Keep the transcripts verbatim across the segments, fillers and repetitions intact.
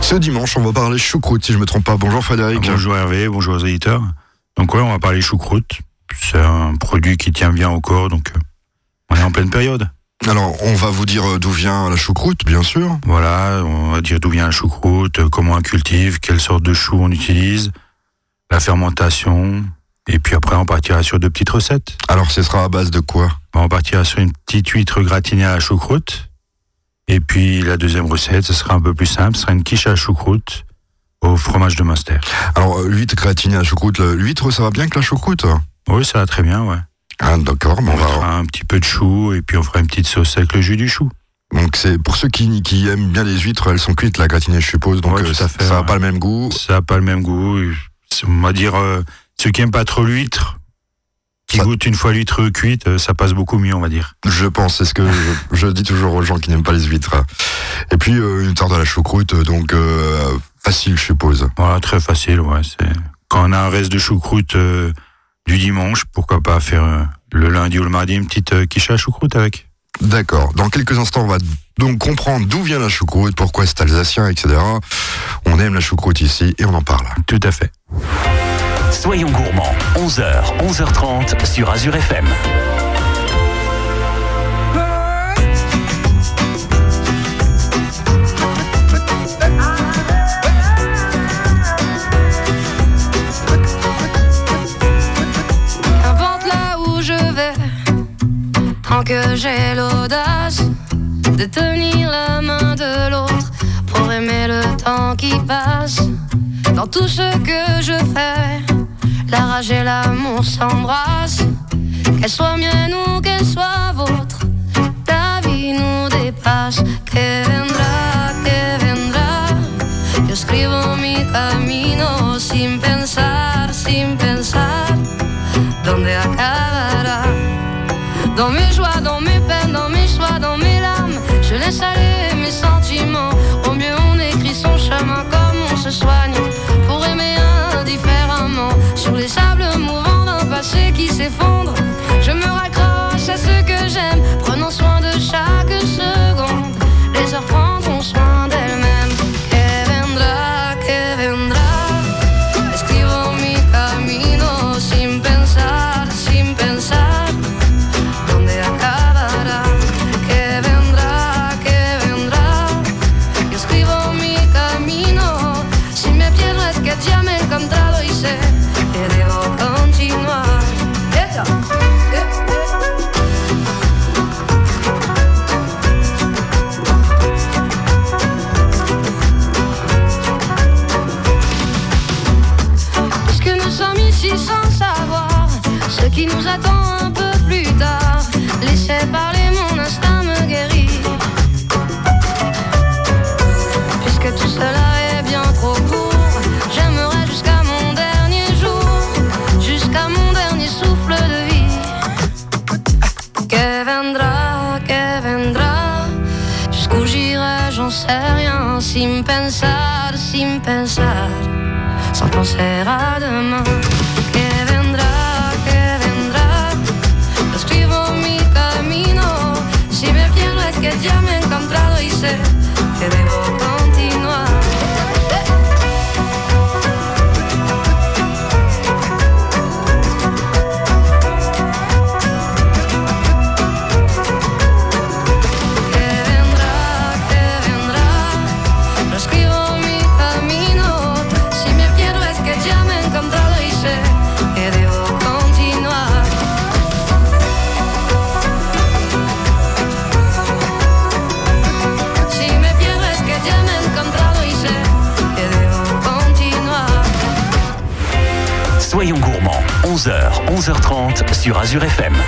Ce dimanche, on va parler choucroute, si je me trompe pas. Bonjour Frédéric. Ah, bonjour Hervé, bonjour aux éditeurs. Donc ouais, on va parler choucroute. C'est un produit qui tient bien au corps, donc euh, on est en pleine période. Alors, on va vous dire d'où vient la choucroute, bien sûr. Voilà, on va dire d'où vient la choucroute, euh, comment on cultive, quelle sorte de chou on utilise, la fermentation, et puis après on partira sur deux petites recettes. Alors, ce sera à base de quoi ? On partira sur une petite huître gratinée à la choucroute, et puis la deuxième recette, ce sera un peu plus simple, ce sera une quiche à la choucroute au fromage de Munster. Alors, l'huître gratinée à la choucroute, l'huître, ça va bien que la choucroute ? Oui, ça va très bien, ouais. Ah, d'accord, mais on, on va... mettra un petit peu de chou, et puis on fera une petite sauce avec le jus du chou. Donc, c'est pour ceux qui, qui aiment bien les huîtres, elles sont cuites, la gratinée, je suppose, donc ouais, euh, fait, ça n'a ouais. pas le même goût. Ça n'a pas le même goût. On va dire, euh, ceux qui n'aiment pas trop l'huître, qui ça... goûtent une fois l'huître cuite, ça passe beaucoup mieux, on va dire. Je pense, c'est ce que je, je dis toujours aux gens qui n'aiment pas les huîtres. Et puis, euh, une tarte à la choucroute, donc euh, facile, je suppose. Voilà, très facile, ouais. C'est... Quand on a un reste de choucroute euh, du dimanche, pourquoi pas faire euh, le lundi ou le mardi une petite euh, quiche à la choucroute avec. D'accord. Dans quelques instants, on va donc comprendre d'où vient la choucroute, pourquoi c'est alsacien, et cetera. On aime la choucroute ici et on en parle. Tout à fait. Soyons gourmands, onze heures, onze heures trente sur Azure F M. Qu'importe là où je vais, tant que j'ai l'audace de tenir la main de l'autre pour aimer le temps qui passe. Dans tout ce que je fais, la rage et l'amour s'embrassent. Qu'elle soit mienne ou qu'elle soit vôtre, la vie nous dépasse. Que vendrá, que vendrá. Yo escribo mi camino sin pensar, sin pensar dónde acabará. Dans mes joies, dans mes peines, dans mes choix, dans mes larmes, je laisse aller mes sentiments. Au mieux on écrit son chemin comme on se soigne pour aimer indifféremment. Sur les sables mouvants d'un passé qui s'effondre, je me raccroche à ce que j'aime, prenant soin de chaque seconde. Les heures prendront soin d'elles-mêmes. Que vendrá, que vendrá. Escribo mi camino sin pensar, sin pensar dónde acabará. Que vendrá, que vendrá. Yo escribo mi camino. Si me pierdo es que ya me he encontrado y sé que debo continuar. Ella. Puisque nous sommes ici sans savoir ce qui nous attend un peu plus tard, laissez parler, mon instinct me guérit. Puisque tout cela est bien trop court, j'aimerais jusqu'à mon dernier jour, jusqu'à mon dernier souffle de vie. Que vendrá, que vendrá. Jusqu'où j'irai, j'en sais rien. Sin pensar, sin pensar, sans penser à demain. Que vendrá, que vendrá. Yo escribo mi camino. Si me pierdo es que ya me he encontrado y sé que debo continuar. Soyons gourmands, onze heures, onze heures trente sur Azure F M.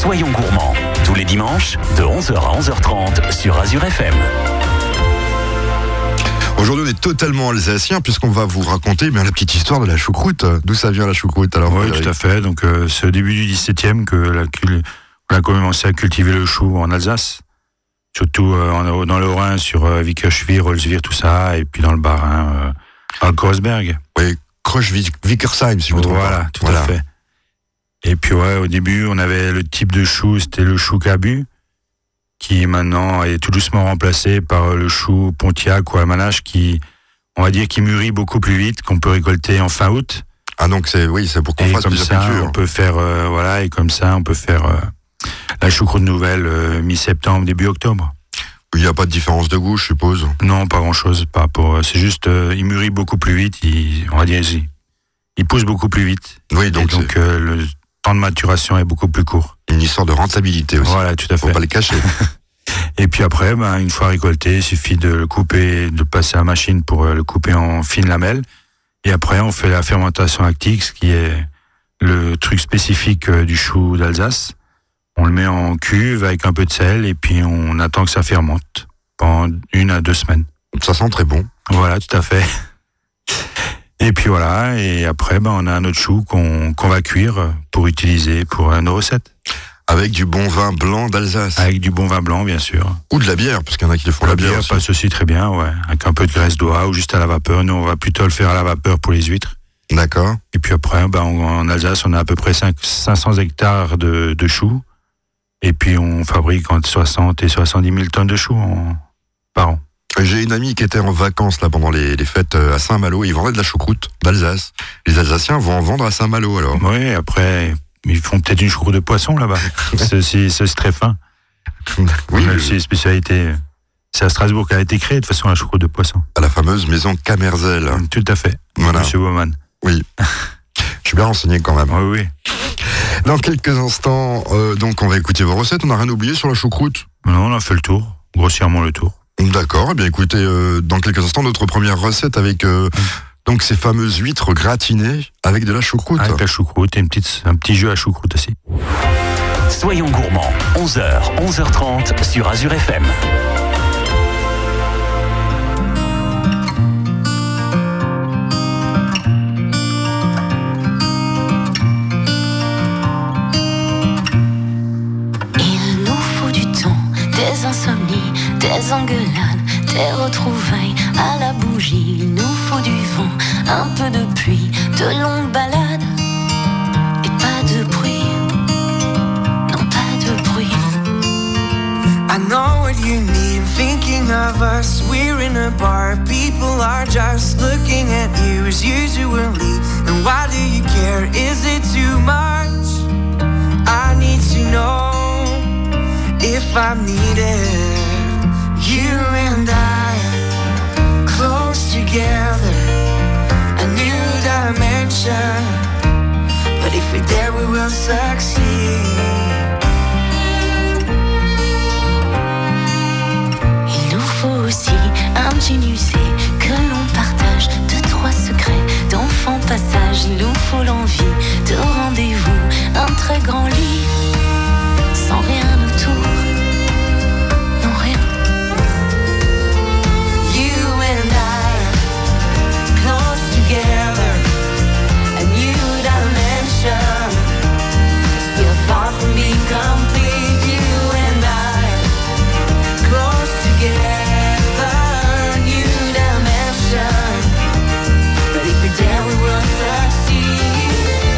Soyons gourmands, tous les dimanches de onze heures à onze heures trente sur Azure F M. Aujourd'hui, on est totalement alsacien puisqu'on va vous raconter bien, la petite histoire de la choucroute. D'où ça vient la choucroute alors? Oui, tout à fait. Donc, euh, c'est au début du dix-septième que la, on a commencé à cultiver le chou en Alsace. Surtout euh, en, dans le Rhin, sur euh, Vickerschwil, Rolswil, tout ça. Et puis dans le Bas-Rhin, euh, dans le Kreuzberg. Oui, Krosch-Wickersheim, si je me trompe Voilà, pas. tout voilà. à fait. Et puis, ouais, au début, on avait le type de chou, c'était le chou cabu, qui maintenant est tout doucement remplacé par le chou Pontiac ou Almanache, qui, on va dire, qui mûrit beaucoup plus vite, qu'on peut récolter en fin août. Ah, donc c'est, oui, c'est pour qu'on et fasse comme plus ça, de culture. On peut faire, euh, voilà, et comme ça, on peut faire euh, la choucroute nouvelle euh, mi-septembre, début octobre. Il n'y a pas de différence de goût, je suppose. Non, pas grand-chose. Pas pour, c'est juste, euh, il mûrit beaucoup plus vite. Il, on va dire, il, il pousse beaucoup plus vite. Oui, donc, et donc euh, le temps de maturation est beaucoup plus court. Une histoire de rentabilité aussi. Voilà, tout à fait. Faut pas le cacher. Et puis après, ben, une fois récolté, il suffit de le couper, de passer à la machine pour le couper en fines lamelles. Et après, on fait la fermentation lactique, ce qui est le truc spécifique du chou d'Alsace. On le met en cuve avec un peu de sel et puis on attend que ça fermente pendant une à deux semaines. Ça sent très bon. Voilà, tout à fait. Et puis voilà, et après, ben, on a un autre chou qu'on, qu'on va cuire pour utiliser pour nos recettes. Avec du bon vin blanc d'Alsace. Avec du bon vin blanc, bien sûr. Ou de la bière, parce qu'il y en a qui font la, la bière, bière aussi. Passe aussi très bien, ouais. Avec un peu de graisse d'oie ou juste à la vapeur. Nous, on va plutôt le faire à la vapeur pour les huîtres. D'accord. Et puis après, ben, on, en Alsace, on a à peu près cinq cents hectares de, de choux. Et puis, on fabrique entre soixante et soixante-dix mille tonnes de choux en, par an. J'ai une amie qui était en vacances là pendant les, les fêtes à Saint-Malo. Ils vendaient de la choucroute d'Alsace. Les Alsaciens vont en vendre à Saint-Malo alors. Oui, après, ils font peut-être une choucroute de poisson là-bas. c'est, c'est, c'est très fin. Oui, mais c'est une spécialité. C'est à Strasbourg qu'elle a été créée de toute façon la choucroute de poisson. À la fameuse maison Camerzel. Tout à fait. Voilà. Monsieur Baumann. Oui. Je suis bien renseigné quand même. Oui, oui. Dans quelques instants, euh, donc on va écouter vos recettes. On n'a rien oublié sur la choucroute? Non, on a fait le tour, grossièrement le tour. D'accord. Eh bien, écoutez, euh, dans quelques instants, notre première recette avec euh, donc ces fameuses huîtres gratinées avec de la choucroute. Avec la choucroute et une petite, un petit jus à choucroute aussi. Soyons gourmands. onze heures, onze heures trente sur Azure F M. Des engueulades, des retrouvailles à la bougie. Il nous faut du vent, un peu de pluie, de longues balades et pas de bruit. Non, pas de bruit. I know what you need, thinking of us. We're in a bar, people are just looking at you as usually. And why do you care? Is it too much? I need to know if I'm needed. You and I, close together, a new dimension. But if we're there, we will succeed. Il nous faut aussi un petit musée que l'on partage, deux, trois secrets d'enfants passage. Il nous faut l'envie de rendez-vous, un très grand lit, sans rien autour. Together, a new dimension. Still far from being complete. You and I, close together, new dimension. But if we're there, we will succeed.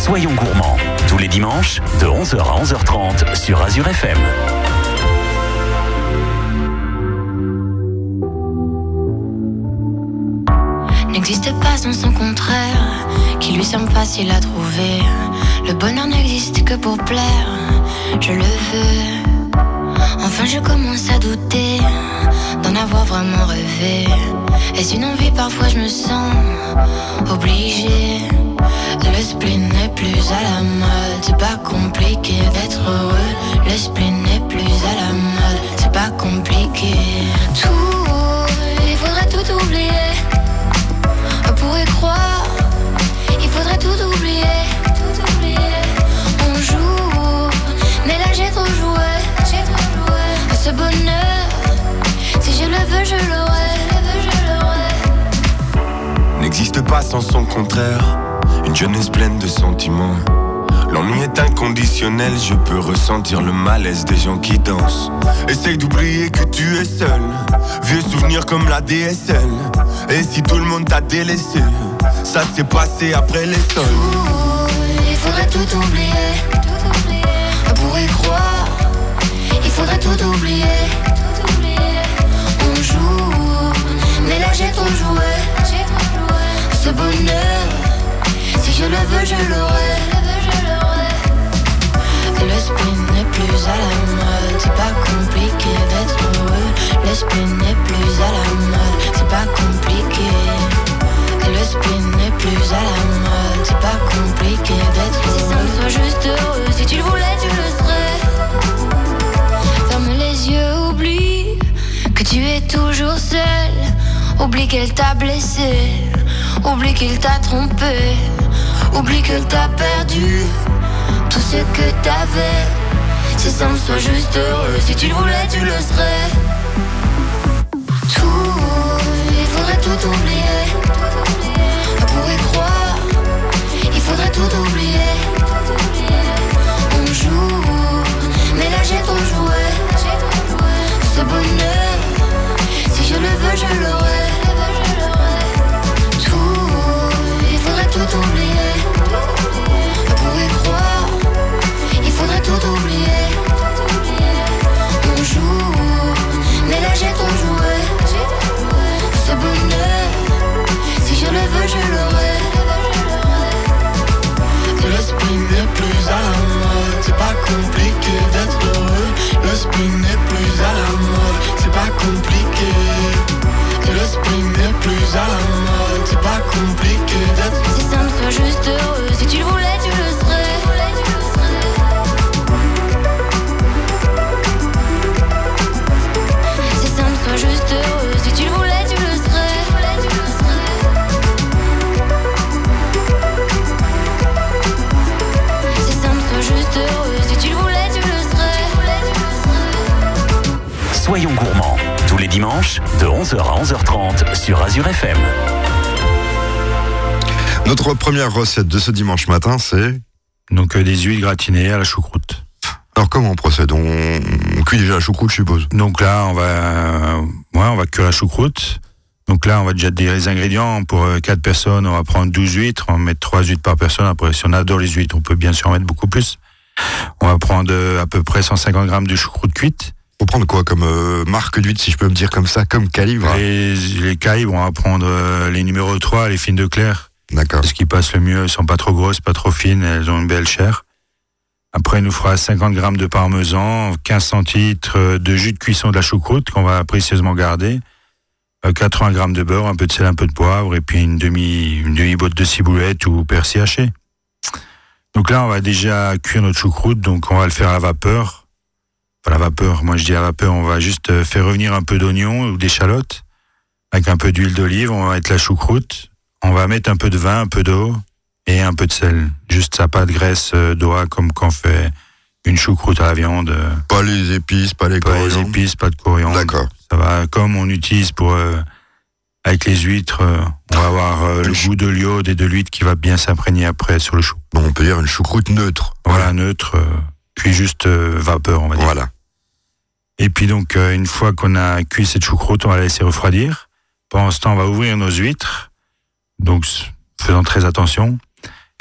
Soyons gourmands, tous les dimanches, de onze heures à onze heures trente sur Azure F M. N'existe pas sans son contraire, qui lui semble facile à trouver. Le bonheur n'existe que pour plaire, je le veux. Enfin je commence à douter d'en avoir vraiment rêvé. Est-ce une envie? Parfois je me sens obligée. Le spleen n'est plus à la mode, c'est pas compliqué d'être heureux. Le spleen n'est plus à la mode, c'est pas compliqué. Tout, il faudrait tout oublier. On pourrait croire, il faudrait tout oublier, tout oublier. On joue, mais là j'ai trop joué, j'ai trop joué. Ce bonheur, si je le veux, je l'aurai, je l'aurai. N'existe pas sans son contraire, une jeunesse pleine de sentiments. L'ennui est inconditionnel, je peux ressentir le malaise des gens qui dansent. Essaye d'oublier que tu es seul, vieux souvenirs comme la D S L. Et si tout le monde t'a délaissé, ça s'est passé après les sols. Il faudrait tout oublier, tout oublier. On pourrait croire, il faudrait tout oublier, tout oublier. On joue, mais là j'ai trop joué, j'ai trop joué. Ce bonheur, si je le veux, je l'aurai. Le spleen n'est plus à la mode, c'est pas compliqué d'être heureux. Le spleen n'est plus à la mode, c'est pas compliqué. Le spleen n'est plus à la mode, c'est pas compliqué d'être heureux. Si ça me soit juste heureux, si tu le voulais, tu le serais. Ferme les yeux, oublie que tu es toujours seul. Oublie qu'elle t'a blessé, oublie qu'il t'a trompé, oublie qu'elle t'a perdu tout ce que t'avais. Si ça me soit juste heureux, si tu le voulais, tu le serais. Tout, il faudrait tout oublier, tout oublier. On pourrait croire, il faudrait tout oublier, tout oublier. On joue, mais là j'ai trop joué, j'ai trop joué. Ce bonheur, si je le veux, je l'aurai, je l'aurai. Tout, il faudrait tout oublier, tout oublier. On pourrait croire, il faudrait tout oublier, tout oublier. On joue, mais là j'ai trop joué, j'ai trop joué. Ce bonheur, si je le veux, je l'aurai. Le spleen n'est plus à la mode, c'est pas compliqué d'être heureux. Le spleen n'est plus à la mode, c'est pas compliqué. Le spleen n'est plus à la mode, c'est pas compliqué d'être heureux. Si ça me soit juste heureux, si tu le voulais, tu le serais. Sois juste heureux, si tu le voulais, tu le serais. Si ça me soit juste heureux, si tu le voulais, tu le serais. Soyons gourmands, tous les dimanches, de onze heures à onze heures trente sur Azure F M. Notre première recette de ce dimanche matin, c'est... Donc euh, des huiles gratinées à la choucroute. Alors comment on procède? on... on cuit déjà la choucroute, je suppose. Donc là, on va, euh, ouais, on va cuire la choucroute. Donc là, on va déjà dire les ingrédients. Pour euh, quatre personnes, on va prendre douze huîtres. On va mettre trois huîtres par personne. Après, si on adore les huîtres, on peut bien sûr en mettre beaucoup plus. On va prendre euh, à peu près cent cinquante grammes de choucroute cuite. Faut prendre quoi comme euh, marque d'huître, si je peux me dire comme ça, comme calibre? Les, les calibres, on va prendre euh, les numéros trois, les fines de Clair. D'accord. Ce qui passe le mieux, elles sont pas trop grosses, pas trop fines, elles ont une belle chair. Après, il nous fera cinquante grammes de parmesan, quinze centilitres de jus de cuisson de la choucroute qu'on va précieusement garder, quatre-vingts grammes de beurre, un peu de sel, un peu de poivre, et puis une demi, une demi-botte de ciboulette ou persil haché. Donc là, on va déjà cuire notre choucroute, donc on va le faire à la vapeur. Enfin, la vapeur, moi je dis à la vapeur, on va juste faire revenir un peu d'oignon ou d'échalotes, avec un peu d'huile d'olive, on va mettre la choucroute, on va mettre un peu de vin, un peu d'eau, et un peu de sel. Juste ça, pas de graisse d'oie comme quand on fait une choucroute à la viande. Pas les épices, pas les Pas coriandres. les épices, pas de coriandre. D'accord. Ça va, comme on utilise pour, euh, avec les huîtres, euh, on va avoir euh, le goût de l'iode et de l'huître qui va bien s'imprégner après sur le chou. Bon, on peut dire une choucroute neutre. Voilà, neutre, euh, puis juste euh, vapeur, on va dire. Voilà. Et puis donc, euh, une fois qu'on a cuit cette choucroute, on va la laisser refroidir. Pendant ce temps, on va ouvrir nos huîtres, donc faisant très attention.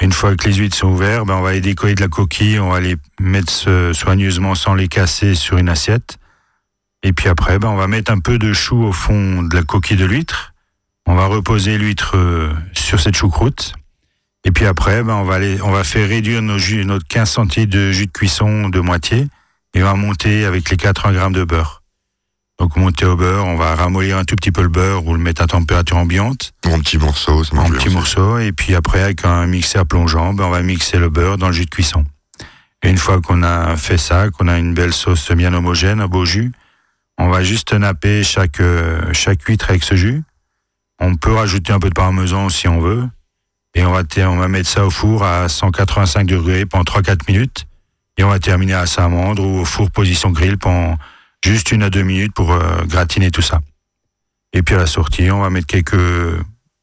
Une fois que les huîtres sont ouvertes, ben on va les décoller de la coquille, on va les mettre soigneusement sans les casser sur une assiette. Et puis après, ben on va mettre un peu de chou au fond de la coquille de l'huître. On va reposer l'huître sur cette choucroute. Et puis après, ben on va aller, on va faire réduire nos jus, notre quinze centilitres de jus de cuisson de moitié. Et on va monter avec les quatre-vingts grammes de beurre. Donc, monter au beurre, on va ramollir un tout petit peu le beurre ou le mettre à température ambiante. En petits morceaux, ça En marche petits bien. morceaux. Et puis après, avec un mixeur plongeant, ben, on va mixer le beurre dans le jus de cuisson. Et une fois qu'on a fait ça, qu'on a une belle sauce bien homogène, un beau jus, on va juste napper chaque, euh, chaque huître avec ce jus. On peut rajouter un peu de parmesan si on veut. Et on va, ter- on va mettre ça au four à cent quatre-vingt-cinq degrés pendant trois à quatre minutes. Et on va terminer à salamandre ou au four position grill pendant juste une à deux minutes pour euh, gratiner tout ça. Et puis à la sortie, on va mettre quelques... Euh,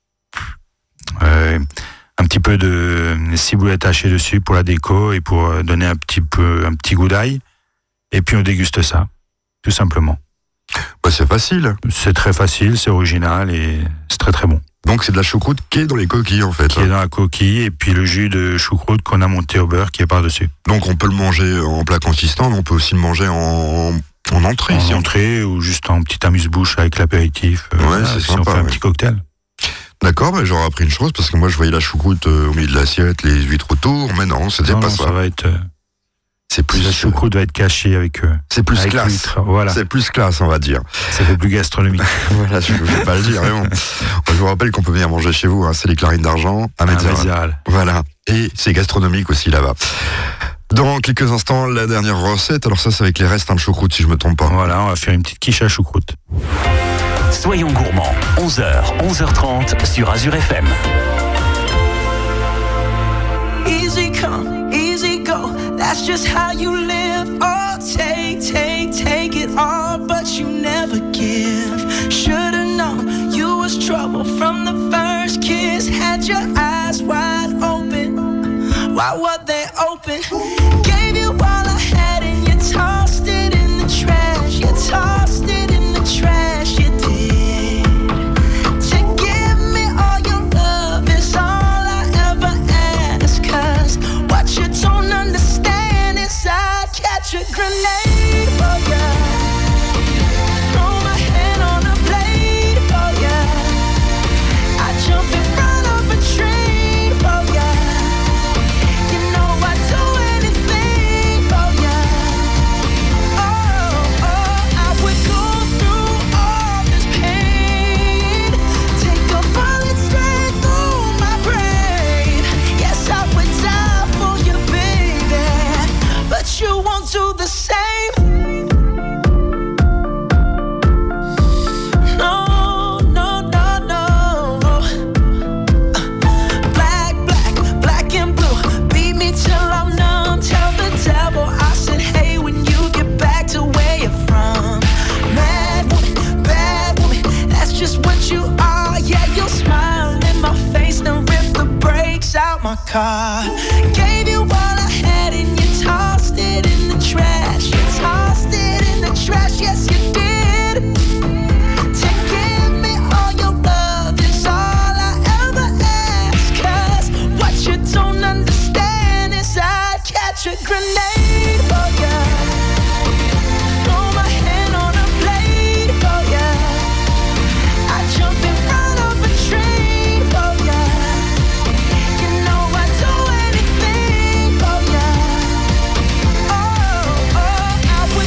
un petit peu de ciboulette hachée dessus pour la déco et pour euh, donner un petit peu un petit goût d'ail. Et puis on déguste ça, tout simplement. Bah, c'est facile. C'est très facile, c'est original et c'est très très bon. Donc c'est de la choucroute qui est dans les coquilles en fait. Qui est dans la coquille et puis le jus de choucroute qu'on a monté au beurre qui est par-dessus. Donc on peut le manger en plat consistant, mais on peut aussi le manger en, en entrée. En si on- entrée ou juste en petit amuse-bouche avec l'apéritif. Ouais, voilà, c'est si on sympa, fait un ouais. petit cocktail. D'accord, bah, j'aurais appris une chose parce que moi je voyais la choucroute euh, au milieu de l'assiette, les huîtres autour, mais non, c'était Non, pas non, ça. ça va être... euh, C'est plus, la choucroute va être cachée avec... euh, c'est plus avec classe. l'huître. Voilà, C'est plus classe, on va dire. ça fait plus gastronomique. Voilà, je ne vais pas le dire, vraiment. Je vous rappelle qu'on peut venir manger chez vous, hein, c'est les Clarines d'Argent à Un Metzeral. Metzeral. Voilà, et c'est gastronomique aussi là-bas. Dans quelques instants, la dernière recette. Alors ça, c'est avec les restes hein, de choucroute, si je me trompe pas. Voilà, on va faire une petite quiche à choucroute. Soyons gourmands, onze heures, onze heures trente sur Azure F M. Easy come, easy go. That's just how you live. Oh, take, take, take it all, but you never give. Should've known you was trouble from the first kiss. Had your eyes wide open. Why were they open? Gave you all I had and you tossed it in the trash. You tossed it in the trash. You did. To give me all your love is all I ever ask. 'Cause what you don't understand is I'd catch a grenade for ya. Throw my hand on a blade for ya. I jump in front of a train for ya. You know I'd do anything for ya. Oh, oh, I would go through all this pain. Take a bullet straight through my brain. Yes, I would die for you, baby. But you won't do the same. No, no, no, no. Black, black, black and blue. Beat me till I'm numb. Tell the devil I said, hey, when you get back to where you're from. Mad woman, bad woman, that's just what you are. Yeah, you'll smile in my face, then rip the brakes out my car. Gave you all I had and you tossed it in the trash. You tossed it in the trash, yes you did. To give me all your love is all I ever ask. 'Cause what you don't understand is I'd catch a grenade for ya. Throw my hand on a blade for ya. I jump in front of a train for ya. You know I'd do anything for ya. Oh, oh, I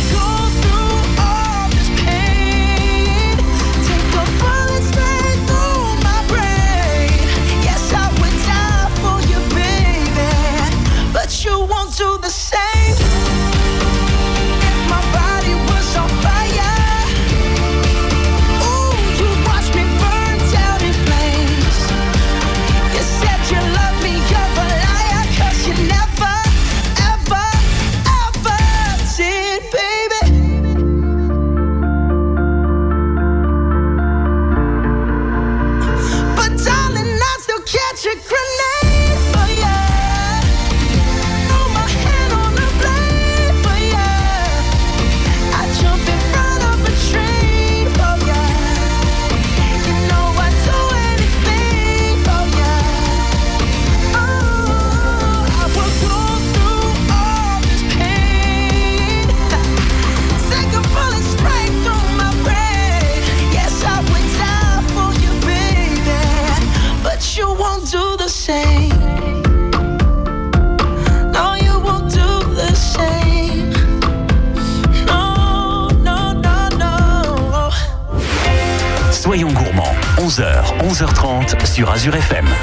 onze heures, onze heures trente sur Azure F M.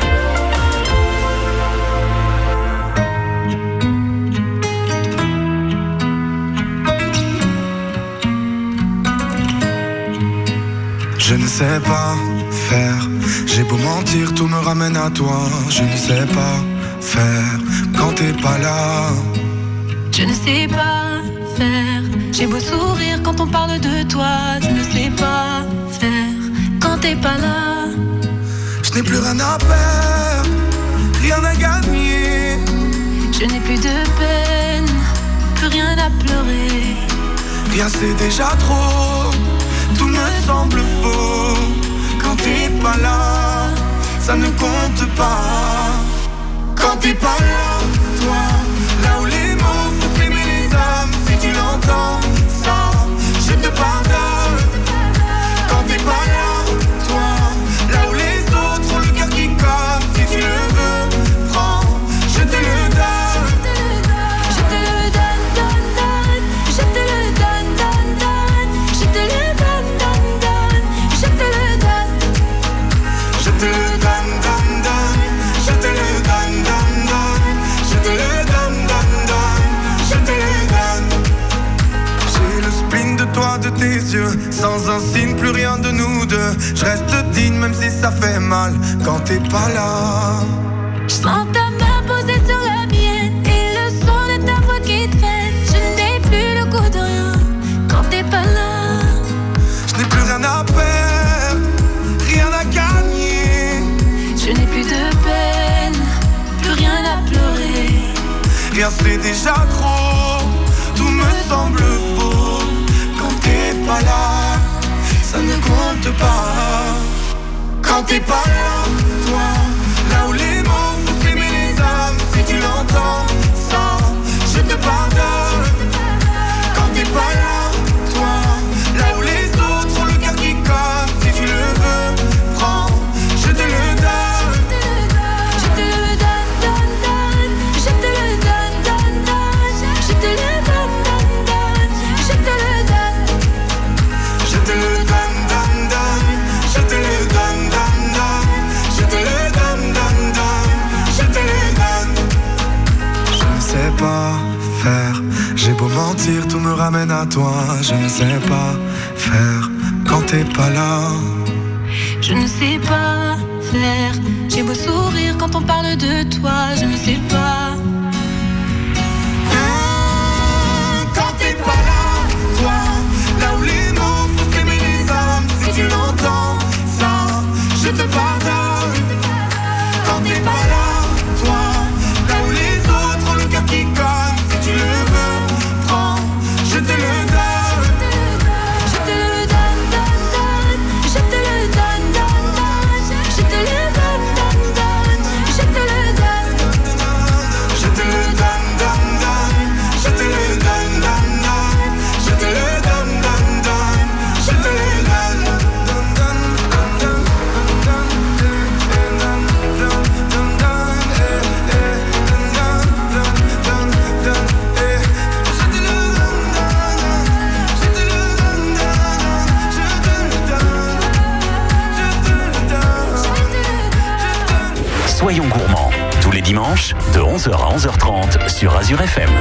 Je ne sais pas faire, j'ai beau mentir, tout me ramène à toi. Je ne sais pas faire quand t'es pas là. Je ne sais pas faire, j'ai beau sourire quand on parle de toi. Je ne sais pas faire quand t'es pas là. Je n'ai plus rien à perdre, rien à gagner. Je n'ai plus de peine, plus rien à pleurer. Rien c'est déjà trop, tout me semble faux. Quand t'es pas là, ça ne compte pas. Quand t'es pas là, toi, là où les mots font aimer les âmes. Si tu l'entends, ça, je te pardonne. Quand t'es pas là, toi, là où les autres ont le cœur qui colle. Si tu le veux, prends, je te le donne. Je te le donne, donne, donne. Je te le donne, donne, donne. Je te le donne, donne, donne. Je te le donne. Je te le donne, donne, donne. Je te le donne, donne, donne. Je te le donne, donne, donne. Je te le donne. J'ai le spleen de toi, de tes yeux. Sans un signe, plus rien de nous deux. Je reste digne même si ça fait mal quand t'es pas là. Je sens ta main posée sur la mienne et le son de ta voix qui traîne. Je n'ai plus le goût de rien quand t'es pas là. Je n'ai plus rien à perdre, rien à gagner. Je n'ai plus de peine, plus rien à pleurer. Rien c'est déjà trop, tout me semble faux. Quand t'es pas là, ça ne compte pas. Quand t'es pas là, toi, là où les mots font aimer les âmes. Si tu l'entends, ça, je te pardonne. Quand t'es pas là, toi, là où les autres ont le cœur qui colle. Si tu le veux, prends, je te le donne. Je te le donne, donne, donne. Je te le donne, donne, donne. Je te le donne, donne, donne. Je te le donne. Je te le donne, donne, donne. Je te le donne, donne, donne. Je te le donne, donne, donne. Je te le donne. Je ne sais pas faire, j'ai beau mentir, tout me ramène à toi. Je ne sais pas faire quand t'es pas là. Je ne sais pas faire, j'ai beau sourire quand on parle de toi. Je ne sais pas. Mmh, quand t'es pas là, toi, là où les mots font aimer les âmes. Si tu l'entends, ça, je te pardonne. Quand t'es pas là, toi, là où les autres ont le cœur qui colle. Si tu le veux, prends, je te le donne. Je te le donne, donne, donne. Je te le donne, donne, donne. Je te le donne, donne, donne. Je te le donne. Je te le donne, donne, donne. Je te le donne, donne, donne. Je te le donne, donne, donne. Je te le donne. Soyons gourmands, tous les dimanches, de onze heures à onze heures trente sur Azure F M.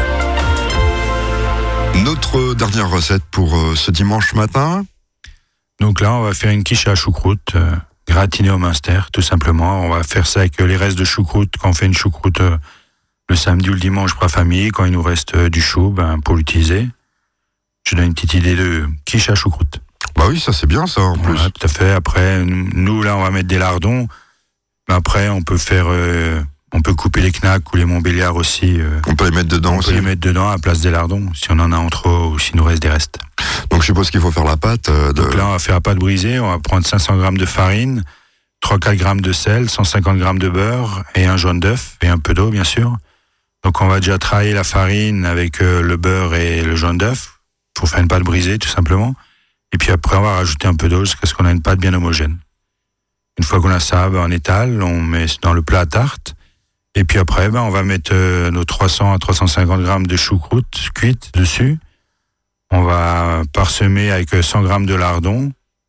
Notre dernière recette pour euh, ce dimanche matin. Donc là, on va faire une quiche à choucroute, euh, gratinée au minster, tout simplement. On va faire ça avec euh, les restes de choucroute. Quand on fait une choucroute euh, le samedi ou le dimanche pour la famille, quand il nous reste euh, du chou, ben, pour l'utiliser. Je donne une petite idée de quiche à choucroute. Bah oui, ça c'est bien ça en Voilà, plus. tout à fait. Après, nous, là, on va mettre des lardons. Mais après, on peut faire... Euh, on peut couper les knacks ou les Montbéliards aussi. Euh, On peut les mettre dedans on aussi. peut les mettre dedans à la place des lardons, si on en a en trop ou s'il nous reste des restes. Donc je suppose qu'il faut faire la pâte. euh, de... Donc là, on va faire la pâte brisée. On va prendre cinq cents grammes de farine, trois à quatre grammes de sel, cent cinquante grammes de beurre et un jaune d'œuf et un peu d'eau, bien sûr. Donc on va déjà travailler la farine avec euh, le beurre et le jaune d'œuf pour faire une pâte brisée, tout simplement. Et puis après, on va rajouter un peu d'eau jusqu'à ce qu'on ait une pâte bien homogène. Une fois qu'on a ça, ben, on étale, on met dans le plat à tarte. Et puis après, ben, on va mettre euh, nos trois cents à trois cent cinquante grammes de choucroute cuite dessus. On va parsemer avec cent grammes de lardons.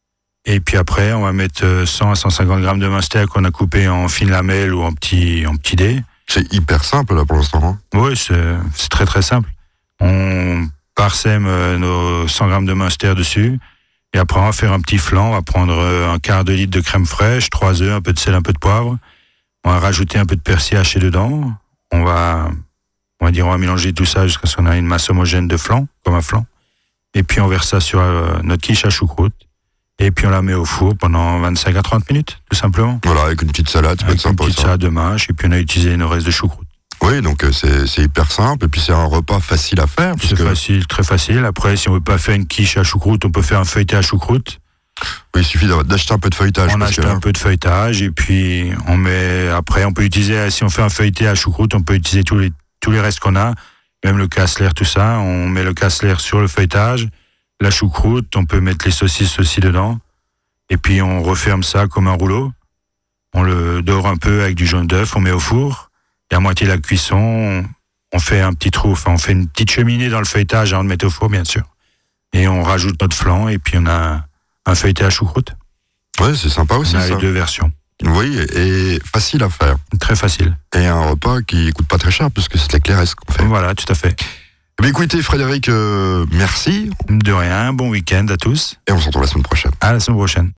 Et puis après, on va mettre cent à cent cinquante grammes de Munster qu'on a coupé en fines lamelles ou en petits, en petits dés. C'est hyper simple là pour l'instant. Hein. Oui, c'est, c'est très très simple. On parsème nos cent grammes de Munster dessus. Et après, on va faire un petit flan. On va prendre un quart de litre de crème fraîche, trois œufs, un peu de sel, un peu de poivre. On va rajouter un peu de persil haché dedans. On va, on va dire, on va mélanger tout ça jusqu'à ce qu'on ait une masse homogène de flan, comme un flan. Et puis, on verse ça sur notre quiche à choucroute. Et puis on la met au four pendant vingt-cinq à trente minutes, tout simplement. Voilà, avec une petite salade, ça peut être sympa. Une petite salade de mâche, et puis on a utilisé nos restes de choucroute. Oui, donc c'est, c'est hyper simple, et puis c'est un repas facile à faire. C'est facile, très facile. Après, si on veut pas faire une quiche à choucroute, on peut faire un feuilleté à choucroute. Oui, il suffit d'acheter un peu de feuilletage. On achète un peu de feuilletage, et puis on met, après, on peut utiliser, si on fait un feuilleté à choucroute, on peut utiliser tous les, tous les restes qu'on a, même le casselaire, tout ça. On met le casselaire sur le feuilletage, la choucroute, on peut mettre les saucisses aussi dedans. Et puis on referme ça comme un rouleau. On le dore un peu avec du jaune d'œuf, on met au four. Et à moitié de la cuisson, on, on fait un petit trou, enfin on fait une petite cheminée dans le feuilletage avant de mettre au four, bien sûr. Et on rajoute notre flan et puis on a un feuilleté à choucroute. Ouais, c'est sympa aussi on a ça. Les deux versions. Oui, et facile à faire. Très facile. Et un repas qui coûte pas très cher puisque c'est de la clairesse qu'on fait. Voilà, tout à fait. Mais écoutez Frédéric, euh, merci. De rien, bon week-end à tous. Et on se retrouve la semaine prochaine. À la semaine prochaine.